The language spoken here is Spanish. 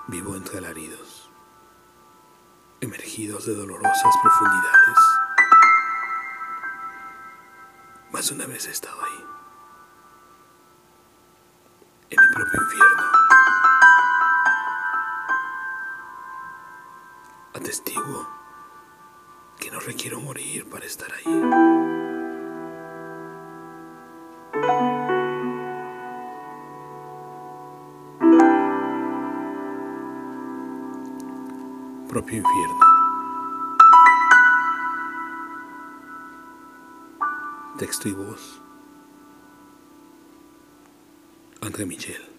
Vivo entre alaridos, emergidos de dolorosas profundidades. Más de una vez he estado ahí, en mi propio infierno. Atestiguo que no requiero morir para estar ahí. Propio infierno. Texto y voz, André Michel.